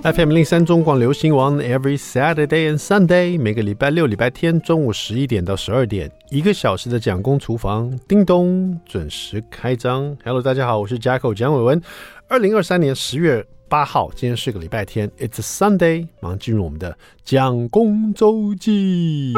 FM03 中广流行网 Every Saturday and Sunday 每个礼拜六礼拜天中午11点到12点1个小时的蒋公厨房叮咚准时开张。 Hello 大家好，我是 Jacko 蒋伟文。2023年10月8号今天是个礼拜天， It's a Sunday， 马上进入我们的蒋公周记。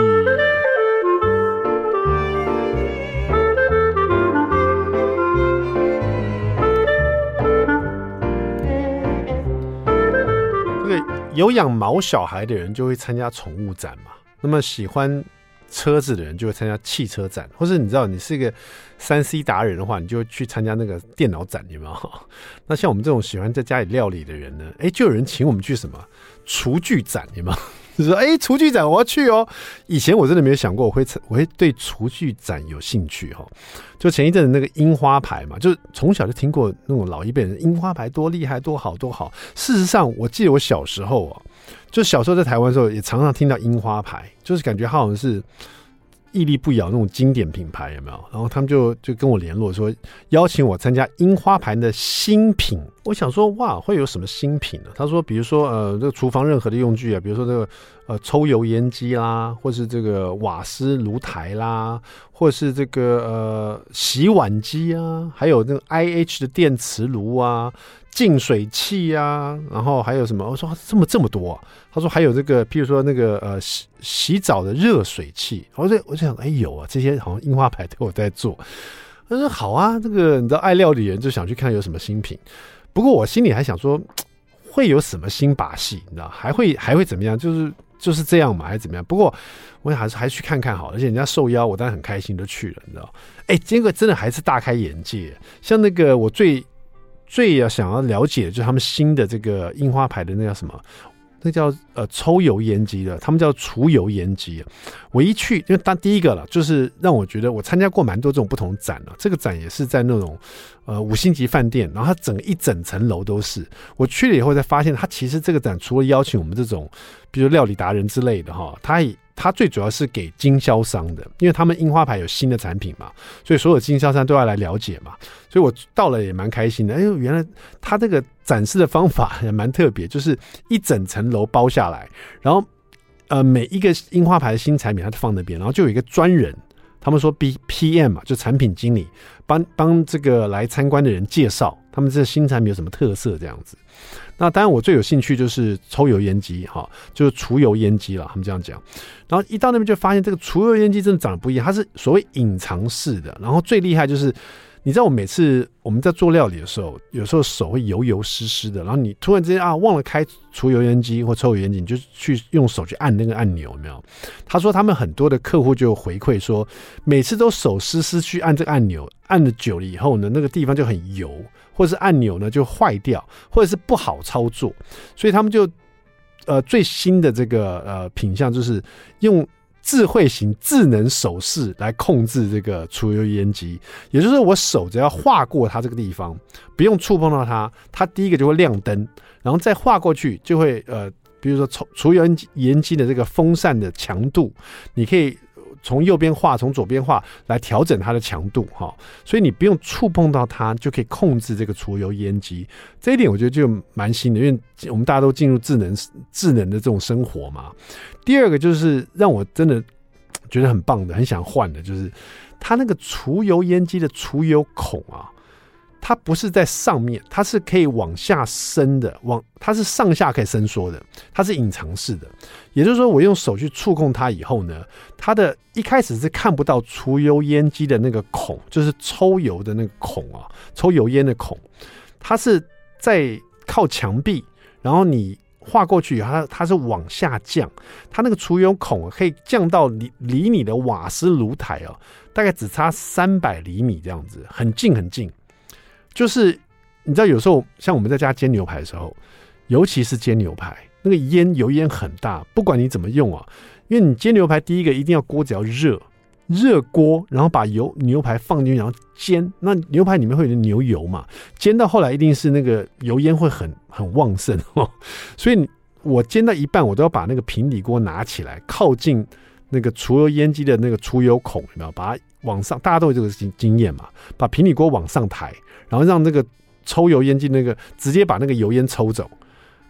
有养毛小孩的人就会参加宠物展嘛，那么喜欢车子的人就会参加汽车展，或是你知道你是一个 3C 达人的话，你就会去参加那个电脑展，有没有？那像我们这种喜欢在家里料理的人呢，就有人请我们去什么厨具展，有没有？就说厨具展我要去哦。以前我真的没有想过我会对厨具展有兴趣哈。就前一阵子那个樱花牌嘛，就是从小就听过那种老一辈人樱花牌多厉害多好多好。事实上我记得我小时候就小时候在台湾的时候也常常听到樱花牌，就是感觉它好像是屹立不摇那种经典品牌，有没有？然后他们就跟我联络说邀请我参加樱花牌的新品。我想说哇，会有什么新品呢？他说比如说这个厨房任何的用具啊，比如说这个抽油烟机啦，或是这个瓦斯炉台啦，或是这个洗碗机啊，还有那个 IH 的电磁炉啊，净水器啊，然后还有什么？我说这么多啊。他说还有这个譬如说那个洗澡的热水器。我就想有啊，这些好像樱花牌都有在做。他说好啊，这个你知道爱料理人就想去看有什么新品。不过我心里还想说会有什么新把戏，你知道还会怎么样，就是这样嘛，还是怎么样？不过我想还是去看看好了，而且人家受邀，我当然很开心就去了，你知道？结果真的还是大开眼界。像那个我最想要了解的就是他们新的这个樱花牌的那叫什么？那叫抽油烟机的，他们叫除油烟机。我一去，因为第一个了，就是让我觉得我参加过蛮多这种不同展了。这个展也是在那种5星级饭店，然后它一整层楼都是。我去了以后才发现，它其实这个展除了邀请我们这种，比如料理达人之类的哈，它最主要是给经销商的，因为他们樱花牌有新的产品嘛，所以所有经销商都要来了解嘛。所以我到了也蛮开心的。原来它这个展示的方法也蛮特别，就是一整层楼包下来，然后每一个樱花牌的新产品它就放那边，然后就有一个专人，他们说 PM 嘛，就产品经理帮这个来参观的人介绍他们这新产品有什么特色这样子。那当然我最有兴趣就是抽油烟机就是除油烟机了，他们这样讲。然后一到那边就发现这个除油烟机真的长得不一样，它是所谓隐藏式的。然后最厉害就是你知道每次我们在做料理的时候，有时候手会油湿湿的，然后你突然之间忘了开除油烟机或抽油烟机，你就去用手去按那个按钮，有没有？他说他们很多的客户就回馈说，每次都手湿湿去按这个按钮，按了久了以后呢，那个地方就很油，或者是按钮呢就坏掉，或者是不好操作，所以他们就最新的这个品项就是用智慧型智能手势来控制这个除油烟机，也就是我手只要划过它这个地方，不用触碰到它第一个就会亮灯，然后再划过去就会比如说除油烟机的这个风扇的强度，你可以从右边画从左边画来调整它的强度所以你不用触碰到它就可以控制这个除油烟机。这一点我觉得就蛮新的，因为我们大家都进入智能的这种生活嘛。第二个就是让我真的觉得很棒的，很想换的，就是它那个除油烟机的除油孔它不是在上面，它是可以往下伸的，它是上下可以伸缩的，它是隐藏式的。也就是说我用手去触控它以后呢，它的一开始是看不到除油烟机的那个孔，就是抽油的那个孔抽油烟的孔，它是在靠墙壁，然后你画过去它是往下降，它那个除油孔可以降到离你的瓦斯炉台大概只差300厘米这样子，很近很近。就是你知道有时候像我们在家煎牛排的时候，尤其是煎牛排那个油烟很大，不管你怎么用因为你煎牛排第一个一定要锅子要热锅，然后把牛排放进去然后煎，那牛排里面会有牛油嘛，煎到后来一定是那个油烟会很旺盛所以我煎到一半我都要把那个平底锅拿起来靠近那个除油烟机的那个除油孔，有没有？把它往上，大家都有这个经验嘛，把平底锅往上抬，然后让这个抽油烟机那个直接把那个油烟抽走，然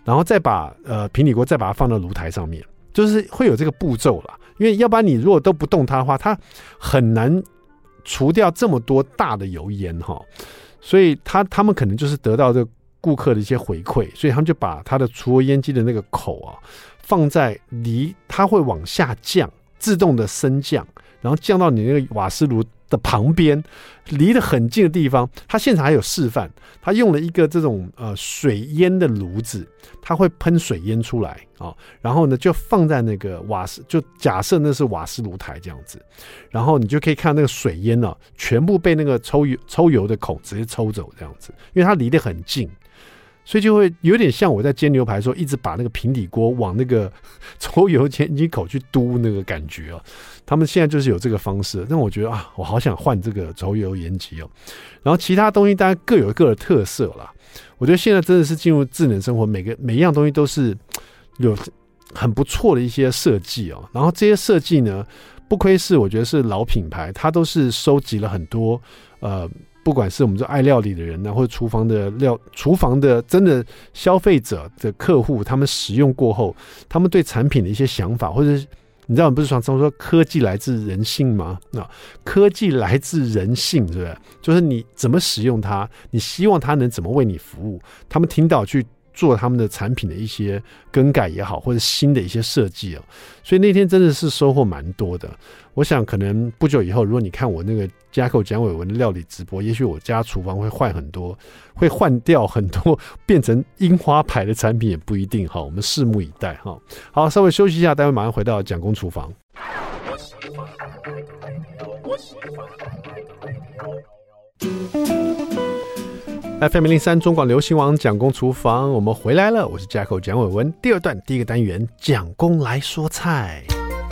然后再把平底锅再把它放到炉台上面，就是会有这个步骤啦。因为要不然你如果都不动它的话，它很难除掉这么多大的油烟哈。所以他们可能就是得到这个顾客的一些回馈，所以他们就把它的除油烟机的那个口啊放在离它会往下降，自动的升降，然后降到你那个瓦斯炉的旁边，离得很近的地方。他现场还有示范，他用了一个这种水烟的炉子，它会喷水烟出来啊，然后呢就放在那个瓦斯，就假设那是瓦斯炉台这样子，然后你就可以看那个水烟啊，全部被那个抽油的孔直接抽走这样子，因为它离得很近。所以就会有点像我在煎牛排的时候，一直把那个平底锅往那个抽油烟机口去嘟那个感觉哦。他们现在就是有这个方式，但我觉得我好想换这个抽油烟机哦。然后其他东西当然各有各的特色啦。我觉得现在真的是进入智能生活，每一样东西都是有很不错的一些设计哦。然后这些设计呢，不愧是我觉得是老品牌，它都是收集了很多不管是我们这爱料理的人呢，或者厨房的真的消费者的客户，他们使用过后，他们对产品的一些想法，或者是你知道，不是常说科技来自人性吗？科技来自人性，对不对？就是你怎么使用它，你希望它能怎么为你服务，他们听到去做他们的产品的一些更改也好，或者新的一些设计哦。所以那天真的是收获蛮多的。我想可能不久以后，如果你看我那个Jacko蒋伟文的料理直播，也许我家厨房会换很多，会换掉很多，变成樱花牌的产品也不一定哈。我们拭目以待哈。好，稍微休息一下，待会马上回到蒋公厨房。FM03 中广流行网蒋公厨房，我们回来了，我是 Jacko 蒋伟文。第二段第一个单元，蒋公来说菜。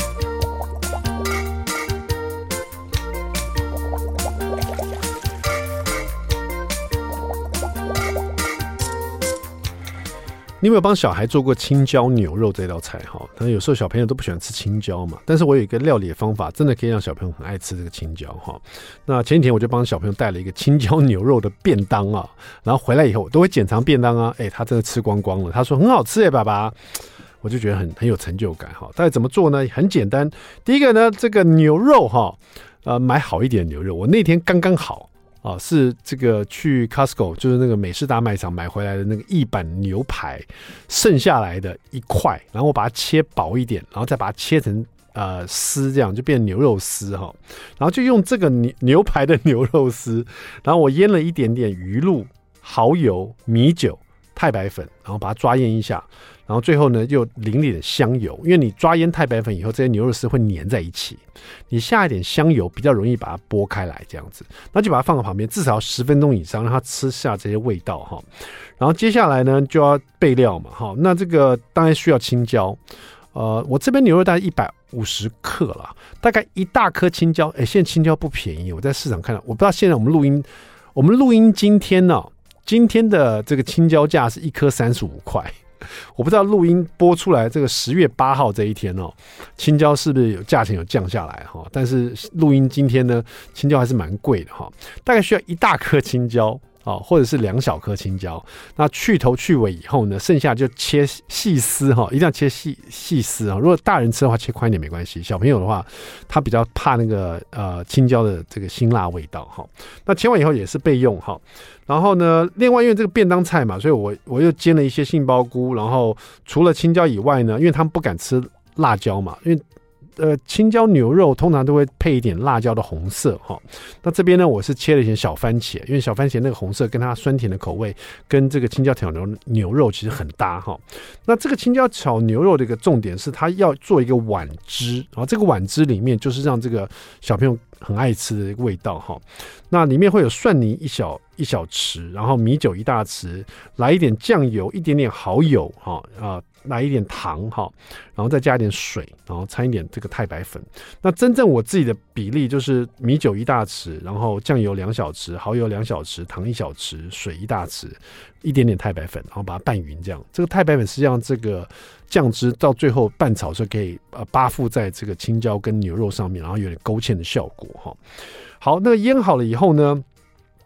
你有没有帮小孩做过青椒牛肉这道菜哈？但有时候小朋友都不喜欢吃青椒嘛，但是我有一个料理的方法，真的可以让小朋友很爱吃这个青椒哈。那前几天我就帮小朋友带了一个青椒牛肉的便当啊，然后回来以后我都会检查便当啊，他真的吃光光了，他说很好吃爸爸，我就觉得很有成就感哈。到底怎么做呢？很简单，第一个呢，这个牛肉哈，买好一点的牛肉，我那天刚刚好。是这个去 Costco 就是那个美式大卖场买回来的那个一板牛排剩下来的一块，然后我把它切薄一点，然后再把它切成丝，这样就变成牛肉丝哈。然后就用这个牛排的牛肉丝，然后我腌了一点点鱼露、蚝油、米酒、太白粉，然后把它抓腌一下。然后最后呢，又淋一点香油，因为你抓腌太白粉以后，这些牛肉丝会粘在一起，你下一点香油比较容易把它拨开来，这样子，那就把它放在旁边，至少10分钟以上，让它吃下这些味道哈。然后接下来呢，就要备料嘛哈。那这个当然需要青椒，我这边牛肉大概150克啦，大概一大颗青椒，现在青椒不便宜，我在市场看到，我不知道现在我们录音今天呢，今天的这个青椒价是1颗35块。我不知道录音播出来这个10月8号这一天青椒是不是价钱有降下来哈？但是录音今天呢，青椒还是蛮贵的哈，大概需要一大颗青椒或者是2小颗青椒。那去头去尾以后呢，剩下就切细丝哈，一定要切细丝啊。如果大人吃的话，切宽一点没关系。小朋友的话，他比较怕那个青椒的这个辛辣味道哈。那切完以后也是备用哈。然后呢，另外因为这个便当菜嘛，所以我又煎了一些杏鲍菇。然后除了青椒以外呢，因为他们不敢吃辣椒嘛，因为青椒牛肉通常都会配一点辣椒的红色哈。那这边呢，我是切了一些小番茄，因为小番茄那个红色跟它酸甜的口味跟这个青椒炒牛肉其实很搭哈。那这个青椒炒牛肉的一个重点是它要做一个碗汁，然后这个碗汁里面就是让这个小朋友很爱吃的一个味道哈。那里面会有蒜泥一小匙，然后米酒1大匙，来一点酱油，一点点蚝油来一点糖哈，然后再加一点水，然后掺一点这个太白粉。那真正我自己的比例就是米酒1大匙，然后酱油2小匙，蚝油2小匙，糖1小匙，水1大匙，一点点太白粉，然后把它拌匀这样。这个太白粉实际上这个酱汁到最后拌炒是可以扒附在这个青椒跟牛肉上面，然后有点勾芡的效果哈。好，那个腌好了以后呢，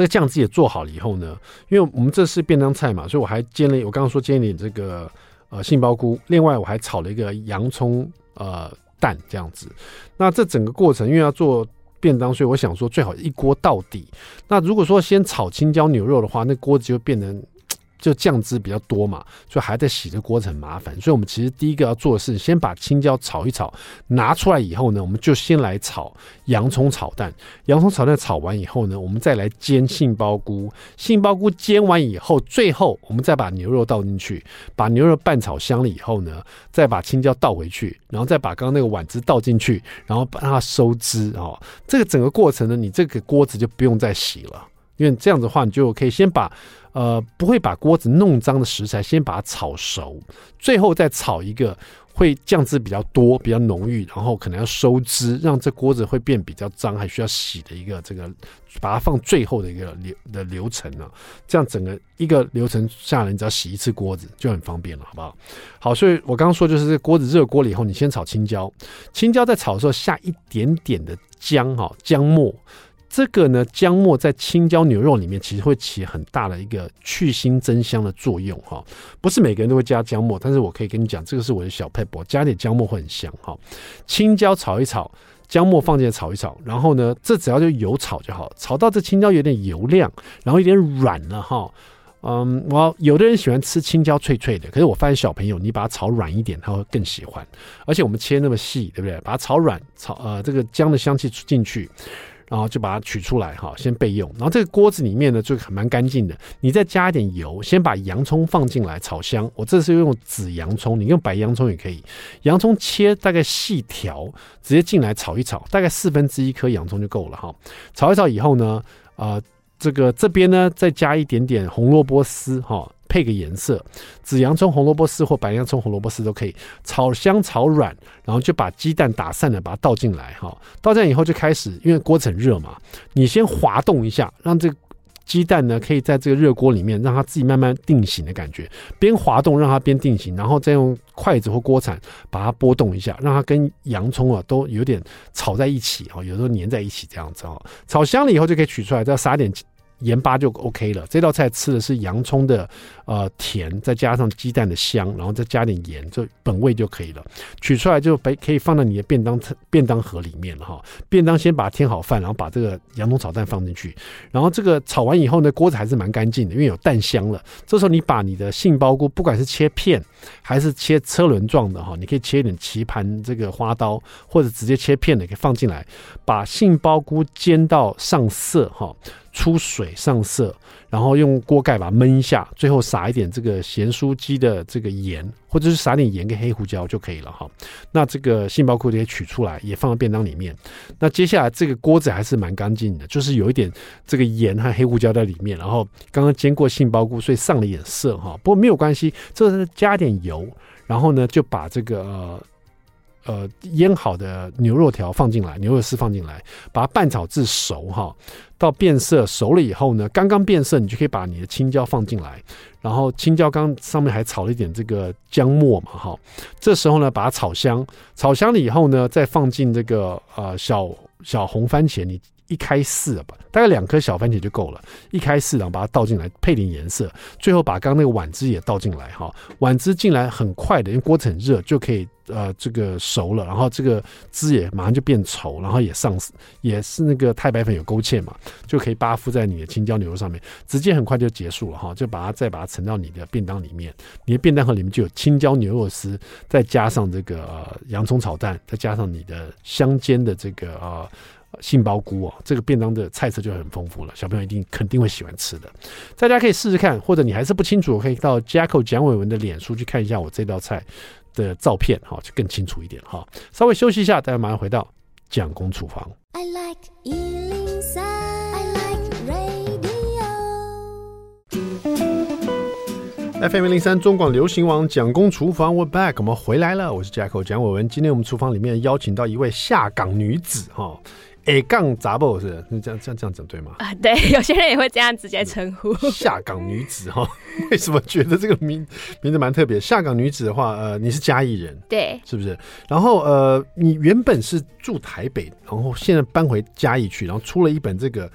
这个酱汁也做好了以后呢，因为我们这是便当菜嘛，所以我还煎了，我刚刚说煎了点这个杏鲍菇，另外我还炒了一个洋葱蛋这样子。那这整个过程因为要做便当，所以我想说最好一锅到底。那如果说先炒青椒牛肉的话，那锅子就变成就酱汁比较多嘛，所以还在洗的锅子很麻烦。所以我们其实第一个要做的是先把青椒炒一炒，拿出来以后呢，我们就先来炒洋葱炒蛋。洋葱炒蛋炒完以后呢，我们再来煎杏鲍菇。杏鲍菇煎完以后，最后我们再把牛肉倒进去，把牛肉拌炒香了以后呢，再把青椒倒回去，然后再把刚刚那个碗汁倒进去，然后让它收汁这个整个过程呢，你这个锅子就不用再洗了，因为这样子的话，你就可以先把不会把锅子弄脏的食材先把它炒熟，最后再炒一个会酱汁比较多比较浓郁，然后可能要收汁，让这锅子会变比较脏还需要洗的一个这个把它放最后的一个流程啊，这样整个一个流程下来，你只要洗一次锅子就很方便了，好不好？好，所以我刚刚说就是这锅子热锅了以后，你先炒青椒，青椒在炒的时候下一点点的姜末。这个呢，姜末在青椒牛肉里面其实会起很大的一个去腥增香的作用不是每个人都会加姜末，但是我可以跟你讲，这个是我的小撇步，加点姜末会很香青椒炒一炒，姜末放进来炒一炒，然后呢，这只要就油炒就好，炒到这青椒有点油亮，然后有点软了有的人喜欢吃青椒脆脆的，可是我发现小朋友你把它炒软一点他会更喜欢，而且我们切那么细，对不对？把它炒软，这个姜的香气进去，然后就把它取出来先备用。然后这个锅子里面呢就蛮干净的，你再加一点油，先把洋葱放进来炒香。我这是用紫洋葱，你用白洋葱也可以。洋葱切大概细条，直接进来炒一炒，大概1/4颗洋葱就够了炒一炒以后呢，这边呢再加一点点红萝卜丝配个颜色，紫洋葱红萝卜丝或白洋葱红萝卜丝都可以，炒香炒软，然后就把鸡蛋打散了，把它倒进来倒进来以后就开始，因为锅子很热嘛，你先滑动一下，让这个鸡蛋呢可以在这个热锅里面让它自己慢慢定型的感觉，边滑动让它边定型，然后再用筷子或锅铲把它拨动一下，让它跟洋葱都有点炒在一起有时候粘在一起这样子炒香了以后就可以取出来，再撒点盐巴就 OK 了。这道菜吃的是洋葱的甜，再加上鸡蛋的香，然后再加点盐，就本味就可以了。取出来就可以放在你的便当盒里面了便当先把它添好饭，然后把这个洋葱炒蛋放进去，然后这个炒完以后呢，锅子还是蛮干净的，因为有蛋香了。这时候你把你的杏鲍菇，不管是切片还是切车轮状的你可以切一点棋盘这个花刀，或者直接切片的可以放进来，把杏鲍菇煎到上色出水上色，然后用锅盖把它焖一下，最后撒一点这个咸酥鸡的这个盐，或者是撒点盐跟黑胡椒就可以了那这个杏鲍菇也取出来，也放到便当里面。那接下来这个锅子还是蛮干净的，就是有一点这个盐和黑胡椒在里面，然后刚刚煎过杏鲍菇，所以上了一点色不过没有关系，这是加点油，然后呢就把这个腌好的牛肉条放进来，牛肉丝放进来，把它拌炒至熟到变色熟了以后呢，刚刚变色你就可以把你的青椒放进来，然后青椒刚上面还炒了一点这个姜末嘛这时候呢把它炒香了以后呢，再放进这个小红番茄，你一开4吧，大概2颗小番茄就够了，一开4，然后把它倒进来，配点颜色，最后把刚刚那个碗汁也倒进来碗汁进来很快的，因为锅子很热就可以这个熟了，然后这个汁也马上就变稠，然后也是那个太白粉有勾芡嘛，就可以把它敷在你的青椒牛肉上面，直接很快就结束了就再把它盛到你的便当里面，你的便当盒里面就有青椒牛肉丝，再加上这个洋葱炒蛋，再加上你的香煎的这个杏鲍菇这个便当的菜色就很丰富了，小朋友肯定会喜欢吃的。大家可以试试看，或者你还是不清楚，可以到 Jacko 蒋伟文的脸书去看一下我这道菜的照片就更清楚一点稍微休息一下，大家马上回到蒋公厨房。 I like 103, I like radio. FM 103中广流行网蒋公厨房 We're back， 我们回来了，我是 Jacko 蒋伟文。今天我们厨房里面邀请到一位下岗女子A 杠杂宝是这样讲对吗？ 对，有些人也会这样直接称呼下岗女子为什么觉得这个名字蛮特别？下岗女子的话，你是嘉义人， 对， 是不是？然后你原本是住台北，然后现在搬回嘉义去，然后出了一本这个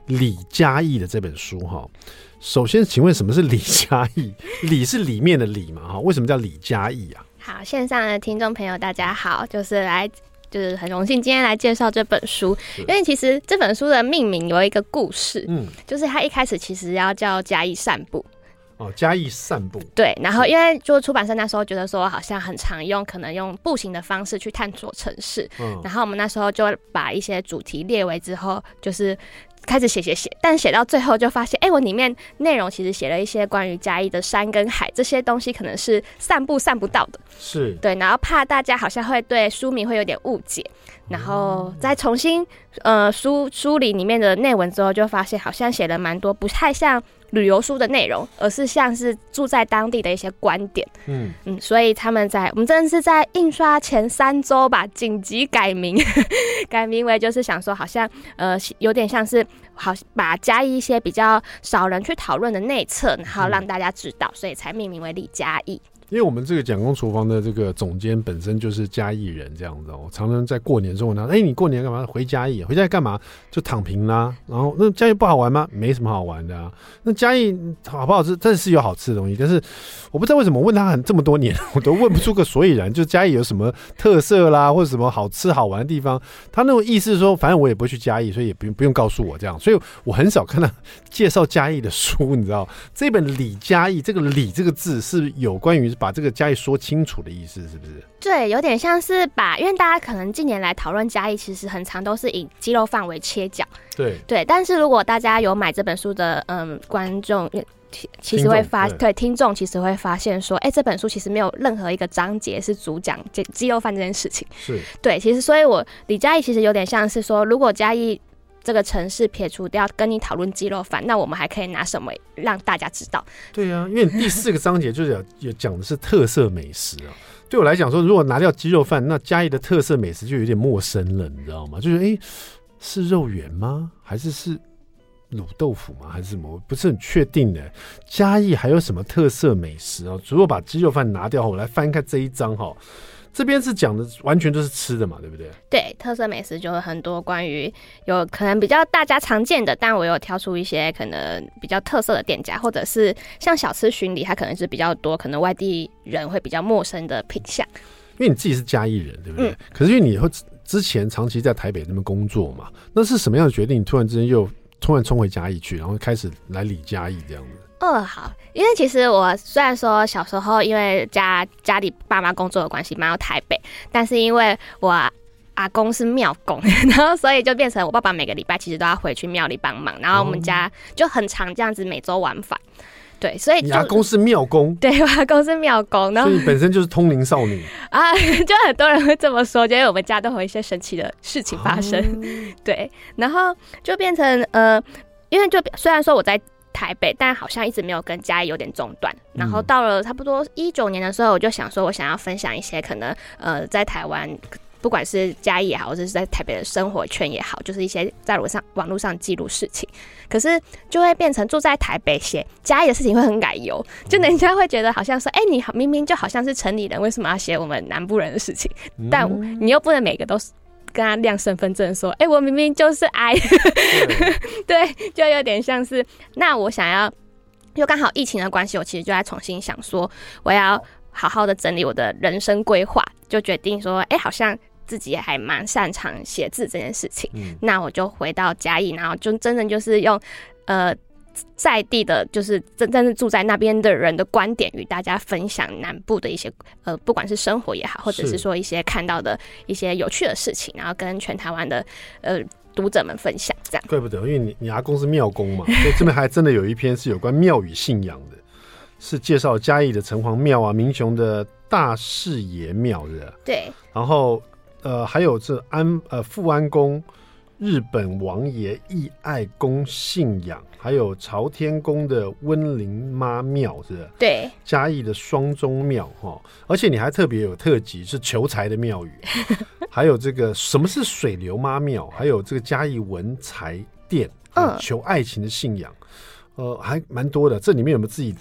李嘉义的这本书哈。首先，请问什么是李嘉义？李是里面的李嘛？哈，为什么叫李嘉义啊？ 好，线上的听众朋友大家好，就是很荣幸今天来介绍这本书，因为其实这本书的命名有一个故事，就是它一开始其实要叫嘉义散步。 哦，嘉义散步。对， 然后因为就出版社那时候觉得说好像很常用，可能用步行的方式去探索城市，然后我们那时候就把一些主题列为之后，就是开始写，但写到最后就发现，我里面内容其实写了一些关于嘉义的山跟海，这些东西可能是散步散不到的， 是对，然后怕大家好像会对书名会有点误解，然后再重新梳理里面的内文之后，就发现好像写了蛮多不太像旅游书的内容，而是像是住在当地的一些观点。所以我们真的是在印刷前3周吧，紧急改名，改名为就是想说好像有点像是把嘉义一些比较少人去讨论的内侧，然后让大家知道，所以才命名为李嘉义。 因为我们这个蒋公厨房的这个总监本身就是嘉义人，这样子我常常在过年的时候问他，你过年干嘛？回嘉义？回嘉义干嘛？就躺平啦。然后那嘉义不好玩吗？没什么好玩的啊。那嘉义好不好吃？真的是有好吃的东西，但是我不知道为什么问他这么多年，我都问不出个所以然。就嘉义有什么特色啦，或者什么好吃好玩的地方？他那种意思是说，反正我也不会去嘉义，所以也不用告诉我这样。所以我很少看到介绍嘉义的书，你知道？这本李嘉义，这个李这个字是有关于把这个嘉义说清楚的意思，是不是？ 对，有点像是因为大家可能近年来讨论嘉义，其实很常都是以鸡肉饭为切角。对，但是如果大家有买这本书的观众，其实会听众其实会发现说，这本书其实没有任何一个章节是主讲鸡肉饭这件事情。 是对，其实所以李嘉义其实有点像是说，如果嘉义这个城市撇除掉跟你讨论鸡肉饭，那我们还可以拿什么让大家知道？ 对啊，因为第4个章节就是也讲的是特色美食啊。对我来讲说，如果拿掉鸡肉饭，那嘉义的特色美食就有点陌生了，你知道吗？就是是肉圆吗？还是卤豆腐吗？还是什么？我不是很确定的。嘉义还有什么特色美食啊？如果把鸡肉饭拿掉后，我来翻开这一章哈。这边是讲的完全都是吃的嘛，对不对？ 对，特色美食就有很多关于有可能比较大家常见的，但我有挑出一些可能比较特色的店家，或者是像小吃巡礼，它可能是比较多可能外地人会比较陌生的品项。 因为你自己是嘉义人，对不对？可是因为你之前长期在台北那边工作嘛，那是什么样的决定？你突然之间又突然冲回嘉义去，然后开始来李嘉义这样子？ 好，因为其实我虽然说小时候因为家里爸妈工作的关系搬到台北，但是因为我阿公是庙公，然后所以就变成我爸爸每个礼拜其实都要回去庙里帮忙，然后我们家就很常这样子每周往返。对，所以你阿公是庙公？ 对，我阿公是庙公，然后所以你本身就是通灵少女啊，就很多人会这么说，就因为我们家都有一些神奇的事情发生。对，然后就变成因为就虽然说我在台北，但好像一直没有跟嘉义有点中断。然后到了差不多19年的时候，我就想说，我想要分享一些可能在台湾，不管是嘉义也好，或者是在台北的生活圈也好，就是一些在网络上记录事情。可是就会变成住在台北写嘉义的事情会很奶油，就人家会觉得好像说，你明明就好像是城里人，为什么要写我们南部人的事情？但你又不能每个都是跟他亮身份证说，我明明就是I 对，就有点像是，那我想要，就刚好疫情的关系，我其实就在重新想说，我要好好的整理我的人生规划，就决定说，好像自己也还蛮擅长写字这件事情，那我就回到嘉义，然后就真正就是用在地的，就是真正住在那边的人的观点，与大家分享南部的一些不管是生活也好，或者是说一些看到的一些有趣的事情，然后跟全台湾的读者们分享，这样。 怪不得，因为你阿公是庙公嘛，所以这边还真的有一篇是有关庙宇信仰的，是介绍嘉义的城隍庙啊，民雄的大士爷庙的。 对， 然后还有这富安宫、日本王爷义爱宫信仰，还有朝天宫的温灵妈庙，是的， 对， 嘉义的双钟庙哈，而且你还特别有特辑是求财的庙宇，还有这个什么是水流妈庙，还有这个嘉义文财殿，求爱情的信仰，还蛮多的。这里面有没有自己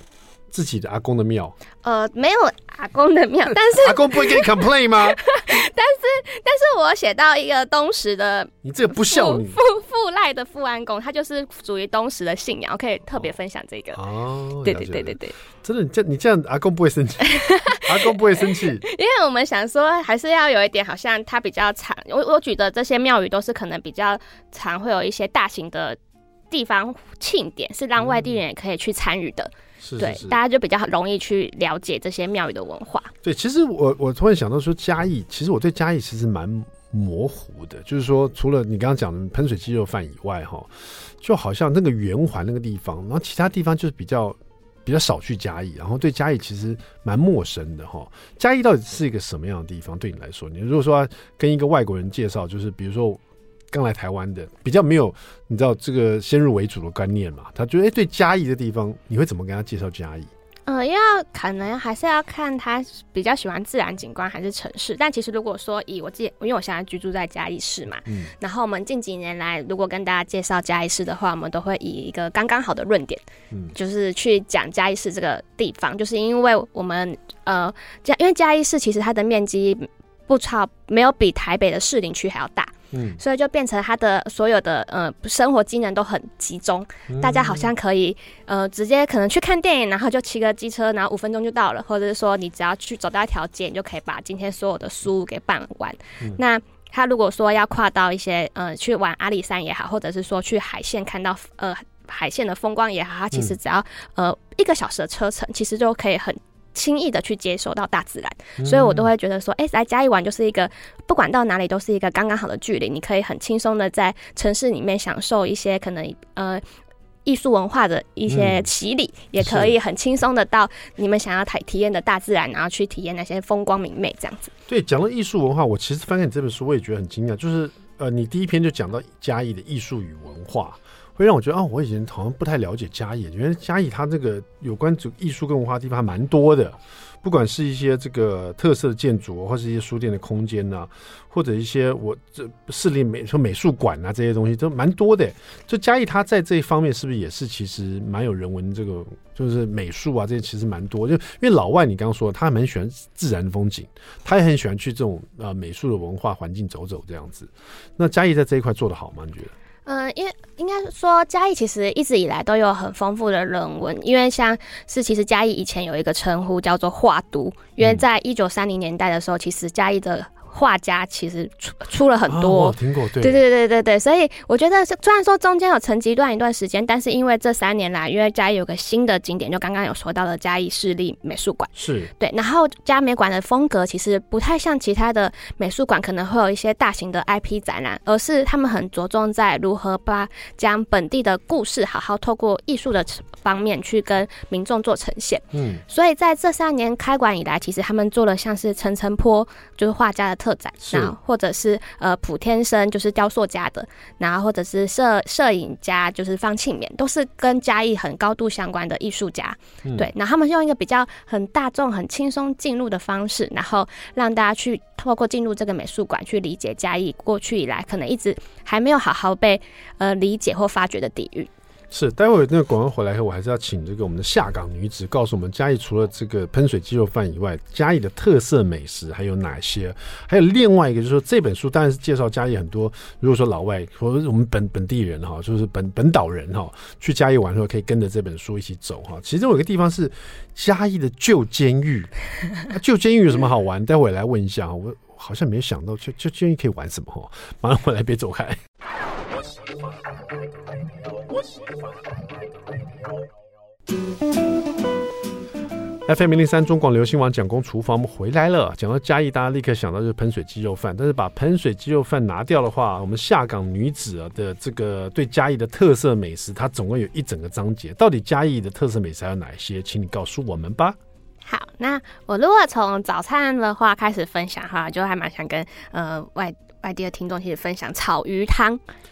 自己的阿公的庙？ 没有阿公的庙，但是阿公不会给你 complain 吗？ 但是我写到一个东石的， 你这个不孝女。 富赖的富安宫，它就是属于东石的信仰，我可以特别分享这个。 哦， 对， 真的，你这样阿公不会生气，阿公不会生气， 因为我们想说还是要有一点，好像它比较长。我举的这些庙宇都是可能比较常会有一些大型的地方庆典，是让外地人也可以去参与的。对，大家就比较容易去了解这些庙宇的文化。 对，其实我突然想到说嘉义，其实我对嘉义其实蛮模糊的，就是说除了你刚刚讲的喷水鸡肉饭以外，就好像那个圆环那个地方，然后其他地方就是比较少去嘉义，然后对嘉义其实蛮陌生的哈。嘉义到底是一个什么样的地方？对你来说，你如果说要跟一个外国人介绍，就是比如说刚来台湾的，比较没有你知道这个先入为主的观念嘛，他觉得对嘉义的地方，你会怎么跟他介绍嘉义？ 可能还是要看他比较喜欢自然景观还是城市。但其实如果说以我自己，因为我现在居住在嘉义市嘛，然后我们近几年来，如果跟大家介绍嘉义市的话，我们都会以一个刚刚好的论点，就是去讲嘉义市这个地方，就是因为我们因为嘉义市其实它的面积没有比台北的士林区还要大。所以就变成它的所有的生活机能都很集中，大家好像可以直接可能去看电影，然后就骑个机车，然后5分钟就到了，或者是说你只要去走到一条街，你就可以把今天所有的书给办完。那他如果说要跨到一些去玩阿里山也好，或者是说去海线看到海线的风光也好，它其实只要1个小时的车程，其实就可以很轻易的去接受到大自然，所以我都会觉得说，来嘉义玩就是一个不管到哪里都是一个刚刚好的距离，你可以很轻松的在城市里面享受一些可能艺术文化的一些洗礼，也可以很轻松的到你们想要体验的大自然，然后去体验那些风光明媚这样子。 对，讲到艺术文化，我其实翻看你这本书，我也觉得很惊讶，就是你第一篇就讲到嘉义的艺术与文化。会让我觉得我以前好像不太了解嘉义，原来嘉义它这个有关艺术跟文化的地方还蛮多的，不管是一些这个特色的建筑，或是一些书店的空间啊，或者一些市立美术馆啊，这些东西都蛮多的。就嘉义它在这一方面是不是也是其实蛮有人文这个就是美术啊这些其实蛮多，就因为老外你刚刚说他很喜欢自然风景，他也很喜欢去这种美术的文化环境走走这样子。那嘉义在这一块做得好吗？你觉得？ 因为应该说嘉义其实一直以来都有很丰富的人文，因为像是其实嘉义以前有一个称呼叫做画都，因为在1930年代的时候，其实嘉义的画家其实出了很多， 我听过， 对，所以我觉得虽然说中间有沉寂一段时间，但是因为这3年来，因为嘉义有个新的景点，就刚刚有说到的嘉义市立美术馆， 是对，然后嘉美馆的风格其实不太像其他的美术馆，可能会有一些大型的 IP 展览，而是他们很着重在如何将本地的故事好好透过艺术的方面去跟民众做呈现。所以在这3年开馆以来，其实他们做了像是陈澄波就是画家的特展，然后或者是普天生就是雕塑家的，然后或者是摄影家就是方庆勉，都是跟嘉义很高度相关的艺术家。对，然后他们用一个比较很大众很轻松进入的方式，然后让大家去透过进入这个美术馆去理解嘉义过去以来可能一直还没有好好被理解或发掘的底蕴。 是，待会那个广告回来后，我还是要请这个我们的下岗女子告诉我们嘉义除了这个喷水鸡肉饭以外，嘉义的特色美食还有哪些？还有另外一个就是说，这本书当然是介绍嘉义很多，如果说老外或者我们本地人哈，就是本岛人哈，去嘉义玩的时候可以跟着这本书一起走哈。其中有一个地方是嘉义的旧监狱，旧监狱有什么好玩？待会来问一下，我好像没有想到旧监狱可以玩什么哈。马上回来，别走开。FM 103中广流行网蒋公厨房，我们回来了。讲到嘉义，大家立刻想到就是喷水鸡肉饭，但是把喷水鸡肉饭拿掉的话，我们下岗女子的这个对嘉义的特色美食，它总共有一整个章节。到底嘉义的特色美食还有哪些？请你告诉我们吧。 好，那我如果从早餐的话开始分享的话，就还蛮想跟外地的听众一起分享炒鱼汤。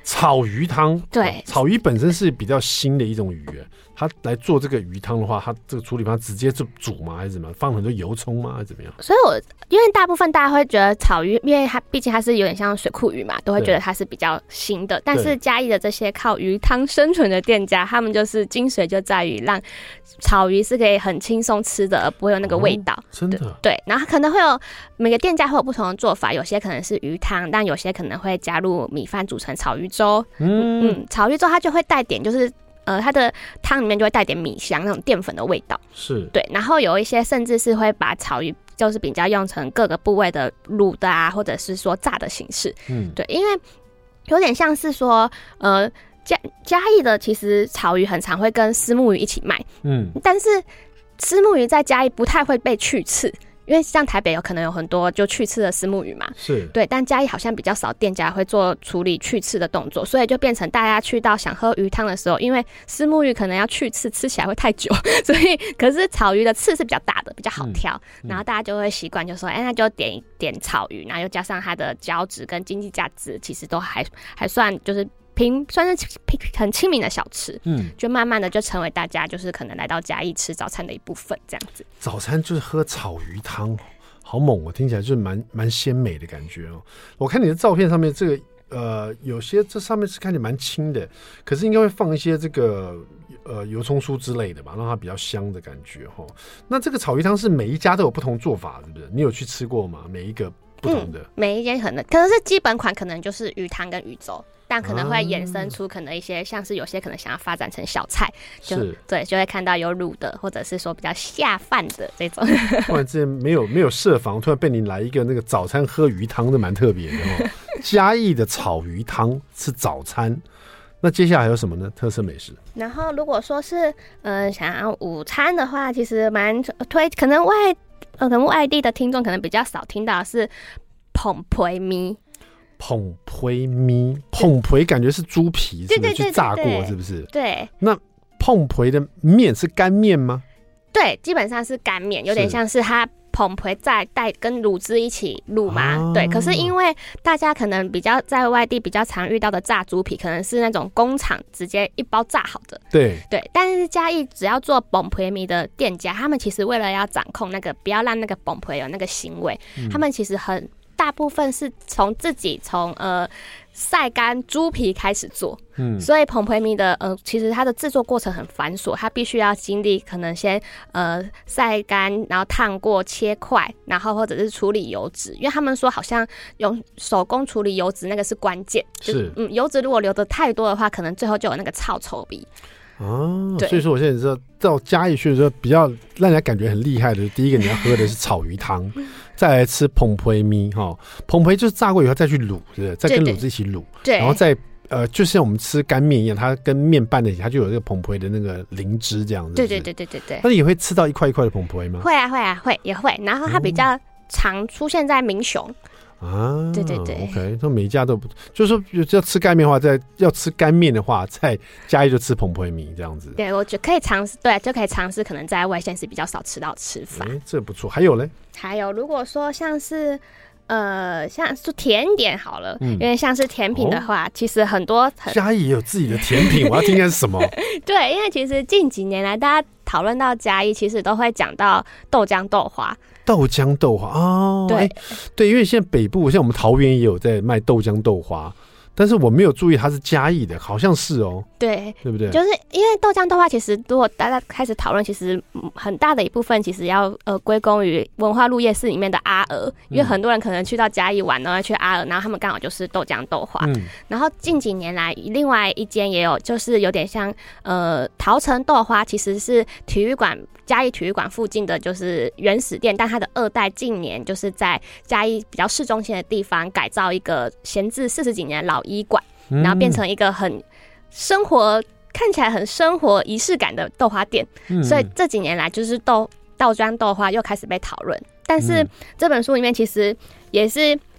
草鱼汤， 对草鱼本身是比较新的一种鱼，它来做这个鱼汤的话，它这个处理方直接就煮吗？还是怎么样？放很多油葱吗？还是怎么样？ 所以因为大部分大家会觉得草鱼，因为它毕竟它是有点像水库鱼嘛，都会觉得它是比较新的。但是嘉义的这些靠鱼汤生存的店家，他们就是精髓就在于让草鱼是可以很轻松吃的，而不会有那个味道。 真的对，然后可能会有每个店家会有不同的做法，有些可能是鱼汤，但有些可能会加入米饭煮成草鱼粥。草鱼粥它就会带点就是它的汤里面就会带点米香那种淀粉的味道。 是对，然后有一些甚至是会把草鱼就是比较用成各个部位的卤的啊，或者是说炸的形式。对，因为有点像是说嘉义的其实草鱼很常会跟虱目鱼一起卖。但是虱目鱼在嘉义不太会被去刺。因为像台北有可能有很多就去刺的虱目鱼嘛， 是对，但嘉义好像比较少店家会做处理去刺的动作，所以就变成大家去到想喝鱼汤的时候，因为虱目鱼可能要去刺，吃起来会太久，所以可是草鱼的刺是比较大的，比较好挑，然后大家就会习惯就说，那就点一点草鱼，然后又加上它的胶质跟经济价值，其实都还算就是算是很亲民的小吃，就慢慢的就成为大家就是可能来到嘉义吃早餐的一部分这样子。 早餐就是喝草鱼汤，好猛哦，听起来就是蛮鲜美的感觉哦。我看你的照片上面这个有些这上面是看起来蛮轻的，可是应该会放一些这个油葱酥之类的吧，让它比较香的感觉哈。那这个草鱼汤是每一家都有不同做法，是不是？你有去吃过吗？每一个不同的， 每一间可能是基本款，可能就是鱼汤跟鱼粥。但可能会衍生出可能一些像是有些可能想要发展成小菜，对，就会看到有卤的，或者是说比较下饭的这种。 突然之间没有设防，突然被你来一个那个早餐喝鱼汤的，蛮特别的哦。嘉义的草鱼汤是早餐，那接下来还有什么呢？特色美食。 然后如果说是想要午餐的话，其实蛮推，可能外地的听众可能比较少听到的是澎培米。 澎培米，澎培感觉是猪皮，是不是去炸过？是不是？ 对。 那澎培的面是干面吗？ 对，基本上是干面，有点像是它澎培再带跟卤汁一起卤嘛。对。可是因为大家可能比较在外地比较常遇到的炸猪皮，可能是那种工厂直接一包炸好的。 对。 但是嘉义只要做澎培米的店家，他们其实为了要掌控那个，不要让那个澎培有那个腥味，他们其实大部分是从晒干猪皮开始做，所以澎培米的其实它的制作过程很繁琐，它必须要经历可能先晒干，然后烫过切块，然后或者是处理油脂，因为他们说好像用手工处理油脂那个是关键，油脂如果留得太多的话，可能最后就有那个臭臭味。 所以说我现在知道到嘉义去的时候，比较让人家感觉很厉害的，第一个你要喝的是草鱼汤，再来吃澎培米哈，澎培就是炸过以后再去卤，对不对？再跟卤子一起卤，对，然后再就像我们吃干面一样，它跟面拌在一起，它就有这个澎培的那个灵芝这样子。对。那你也会吃到一块一块的澎培吗？会啊，也会。然后它比较常出现在民雄。对 ，OK， 那每一家都不，就是说要吃干面的话，要吃干面的话，在嘉义就吃澎培米这样子。 对，我觉得可以尝试，对，就可以尝试，可能在外县市比较少吃到吃法。 这不错。还有嘞？ 还有，如果说像是像是甜点好了，因为像是甜品的话，其实很多嘉义也有自己的甜品，我要听看是什么？ 对，因为其实近几年来，大家讨论到嘉义，其实都会讲到豆浆豆花。 豆浆豆花哦，对，因为现在北部像我们桃园也有在卖豆浆豆花，但是我没有注意它是嘉义的，好像是哦。对不对？ 就是因为豆浆豆花，其实如果大家开始讨论，其实很大的一部分其实要归功于文化路夜市里面的阿娥，因为很多人可能去到嘉义玩，然后去阿娥，然后他们刚好就是豆浆豆花。然后近几年来，另外一间也有，就是有点像桃城豆花，其实是嘉义体育馆附近的就是原始店，但它的二代近年就是在嘉义比较市中心的地方改造一个闲置40几年的老医馆，然后变成一个很看起来很生活仪式感的豆花店，所以这几年来就是豆浆豆花又开始被讨论。但是这本书里面其实也是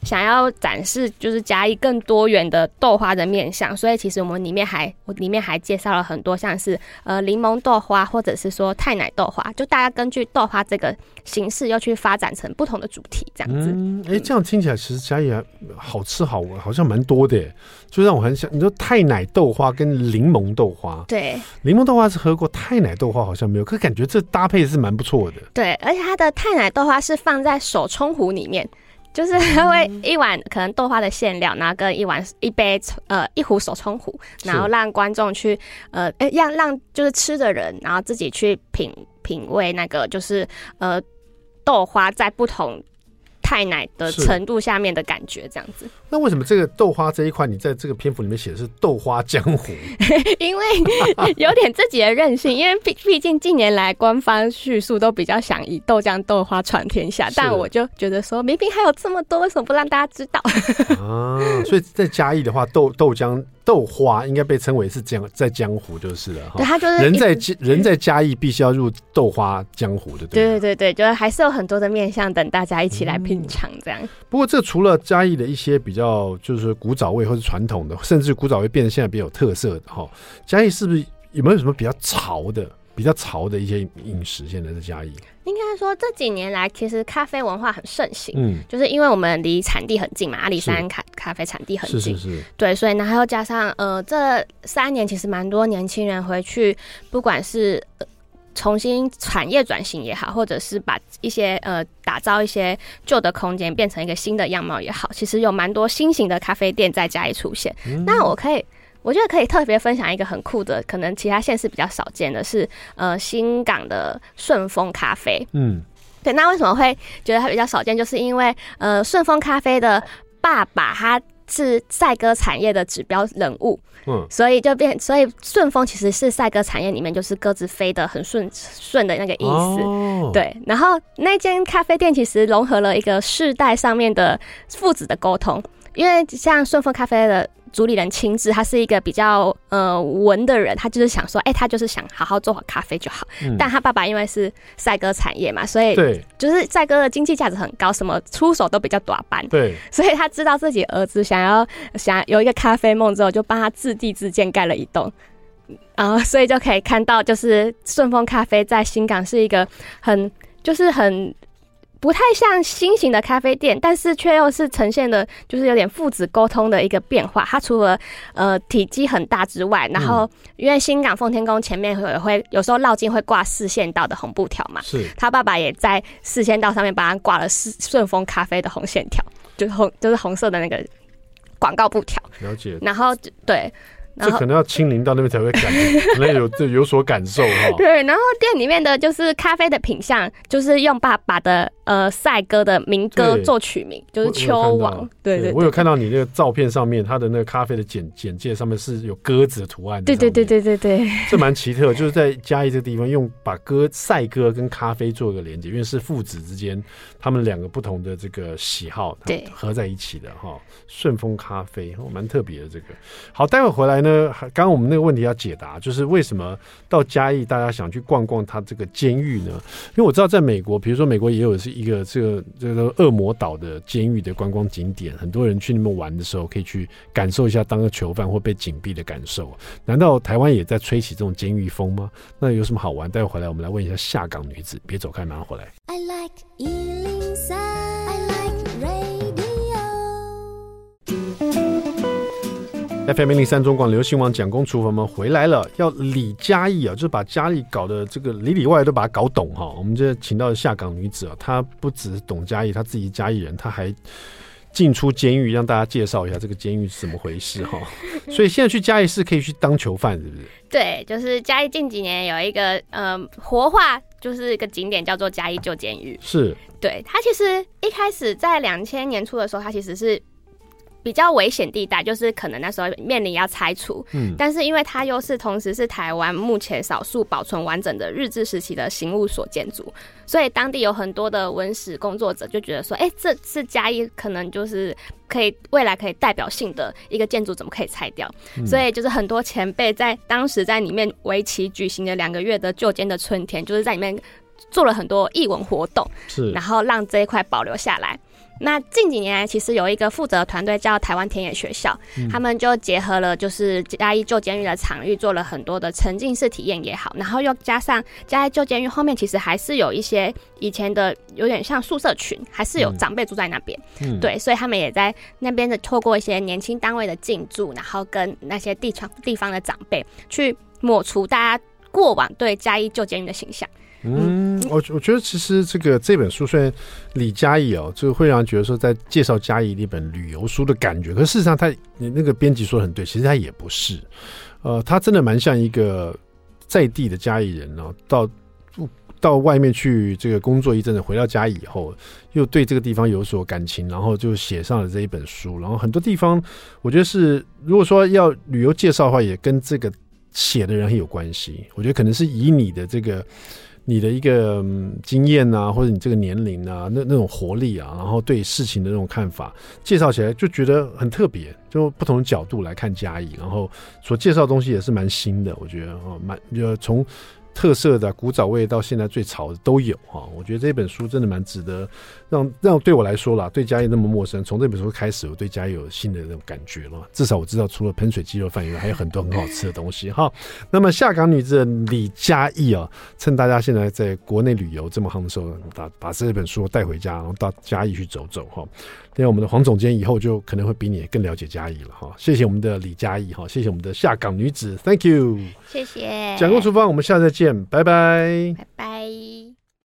想要展示就是嘉义更多元的豆花的面向，所以其实我里面还介绍了很多像是柠檬豆花或者是说泰奶豆花，就大家根据豆花这个形式又去发展成不同的主题这样子。 这样听起来其实嘉义好吃好玩，好像蛮多的耶，就让我很想你说泰奶豆花跟柠檬豆花。 对， 柠檬豆花是喝过，泰奶豆花好像没有，可感觉这搭配是蛮不错的。 对，而且它的泰奶豆花是放在手冲壶里面，就是它会一碗可能豆花的馅料，然后跟一壶手冲壶，然后让观众去让就是吃的人，然后自己去品味那个就是豆花在不同泰奶的程度下面的感觉，这样子。 那为什么这个豆花这一块，你在这个篇幅里面写的是豆花江湖？ 因为有点自己的任性，因为毕竟近年来官方叙述都比较想以豆浆豆花传天下，但我就觉得说，明明还有这么多，为什么不让大家知道？ 所以在嘉义的话，豆花应该被称为是在江湖就是了。 对，它就是人在嘉义必须要入豆花江湖的。 对，就是还是有很多的面向等大家一起来品尝这样。 不过这除了嘉义的一些比较就是古早味或是传统的，甚至古早味变得现在比较有特色的嘉义是不是有没有什么比较潮的一些饮食？现在在嘉义应该说这几年来其实咖啡文化很盛行，就是因为我们离产地很近嘛，阿里山咖啡产地很近，是对，所以然后又加上这3年其实蛮多年轻人回去，不管是重新产业转型也好，或者是把一些打造一些旧的空间变成一个新的样貌也好，其实有蛮多新型的咖啡店在嘉义出现。那我觉得可以特别分享一个很酷的，可能其他县市比较少见的是新港的顺丰咖啡。对，那为什么会觉得它比较少见？就是因为顺丰咖啡的爸爸他是赛鸽产业的指标人物，所以顺丰其实是赛鸽产业里面就是鸽子飞得很顺的那个意思。对，然后那间咖啡店其实融合了一个世代上面的父子的沟通，因为像顺丰咖啡的主理人亲自，他是一个比较文的人，他就是想说，他就是想好好做好咖啡就好。但他爸爸因为是赛鸽产业嘛，所以就是赛鸽的经济价值很高，什么出手都比较短班。对，所以他知道自己儿子想有一个咖啡梦之后，就帮他自地自建盖了一栋。所以就可以看到，就是顺丰咖啡在新港是一个很不太像新型的咖啡店，但是却又是呈现的就是有点父子沟通的一个变化。它除了体积很大之外，然后因为新港奉天宫前面会有时候绕境会挂4线道的红布条嘛，是他爸爸也在4线道上面帮他挂了顺丰咖啡的红线条，就是红色的那个广告布条。了解。然后对。 这可能要亲临到那边才会可能有所感受哈。 对，然后店里面的就是咖啡的品相，就是用爸爸的赛鸽的民歌做取名，就是秋王。对， 我有看到你那个照片上面，它的那个咖啡的简介上面是有鸽子的图案。 对， 这蛮奇特，就是在嘉义这个地方把赛鸽跟咖啡做一个连接，因为是父子之间他们2个不同的这个喜好合在一起的哈。顺丰咖啡蛮特别的这个。好，待会回来呢，刚刚我们那个问题要解答，就是为什么到嘉义大家想去逛逛它这个监狱呢？因为我知道在美国，比如说美国也有是一个这个恶魔岛的监狱的观光景点，很多人去那边玩的时候可以去感受一下当个囚犯或被紧闭的感受。难道台湾也在吹起这种监狱风吗？那有什么好玩？待会回来我们来问一下下港女子，别走开，马上回来。 I like 103, I like radio. FM 103中广流行网蒋公厨房们回来了，要理嘉义啊，就是把嘉义搞的这个里外都把它搞懂哈。我们这请到的下港女子啊，她不只懂嘉义，她自己嘉义人，她还进出监狱，让大家介绍一下这个监狱是怎么回事哈。所以现在去嘉义是可以去当囚犯，是不是？ 对，就是嘉义近几年有一个活化，就是一个景点叫做嘉义旧监狱。是，对，它其实一开始在2000年初的时候，它其实是比较危险地带，就是可能那时候面临要拆除，但是因为它又是同时是台湾目前少数保存完整的日治时期的刑务所建筑，所以当地有很多的文史工作者就觉得说，这是嘉义可能就是未来可以代表性的一个建筑，怎么可以拆掉？所以就是很多前辈在当时在里面为期举行了2个月的旧监的春天，就是在里面做了很多艺文活动，然后让这一块保留下来。 那近几年来，其实有一个负责团队叫台湾田野学校，他们就结合了就是嘉义旧监狱的场域，做了很多的沉浸式体验也好，然后又加上嘉义旧监狱后面其实还是有一些以前的有点像宿舍群，还是有长辈住在那边，对，所以他们也在那边的透过一些年轻单位的进驻，然后跟那些地方的长辈去抹除大家过往对嘉义旧监狱的形象。 我觉得其实这本书虽然李嘉义就会让人觉得说在介绍嘉义的一本旅游书的感觉，可是事实上你那个编辑说的很对，其实他也不是，他真的蛮像一个在地的嘉义人到外面去这个工作一阵子，回到家以后，又对这个地方有所感情，然后就写上了这一本书。然后很多地方，我觉得是如果说要旅游介绍的话，也跟这个写的人很有关系。我觉得可能是以你的一个经验啊，或者你这个年龄啊，那种活力啊，然后对事情的那种看法，介绍起来就觉得很特别，就不同的角度来看嘉义，然后所介绍的东西也是蛮新的，我觉得从特色的古早味到现在最潮的都有我觉得这本书真的蛮值得让对我来说啦，对嘉义那么陌生，从这本书开始我对嘉义有新的那种感觉了，至少我知道除了喷水鸡肉饭以外还有很多很好吃的东西那么下港女子的李嘉义趁大家现在在国内旅游这么夯的时候，把这本书带回家，然后到嘉义去走走另外我们的黄总监以后就可能会比你更了解嘉义了谢谢我们的李嘉义谢谢我们的下港女子 Thank you， 谢谢。 蒋公厨房我们下次再见，拜拜， 拜拜。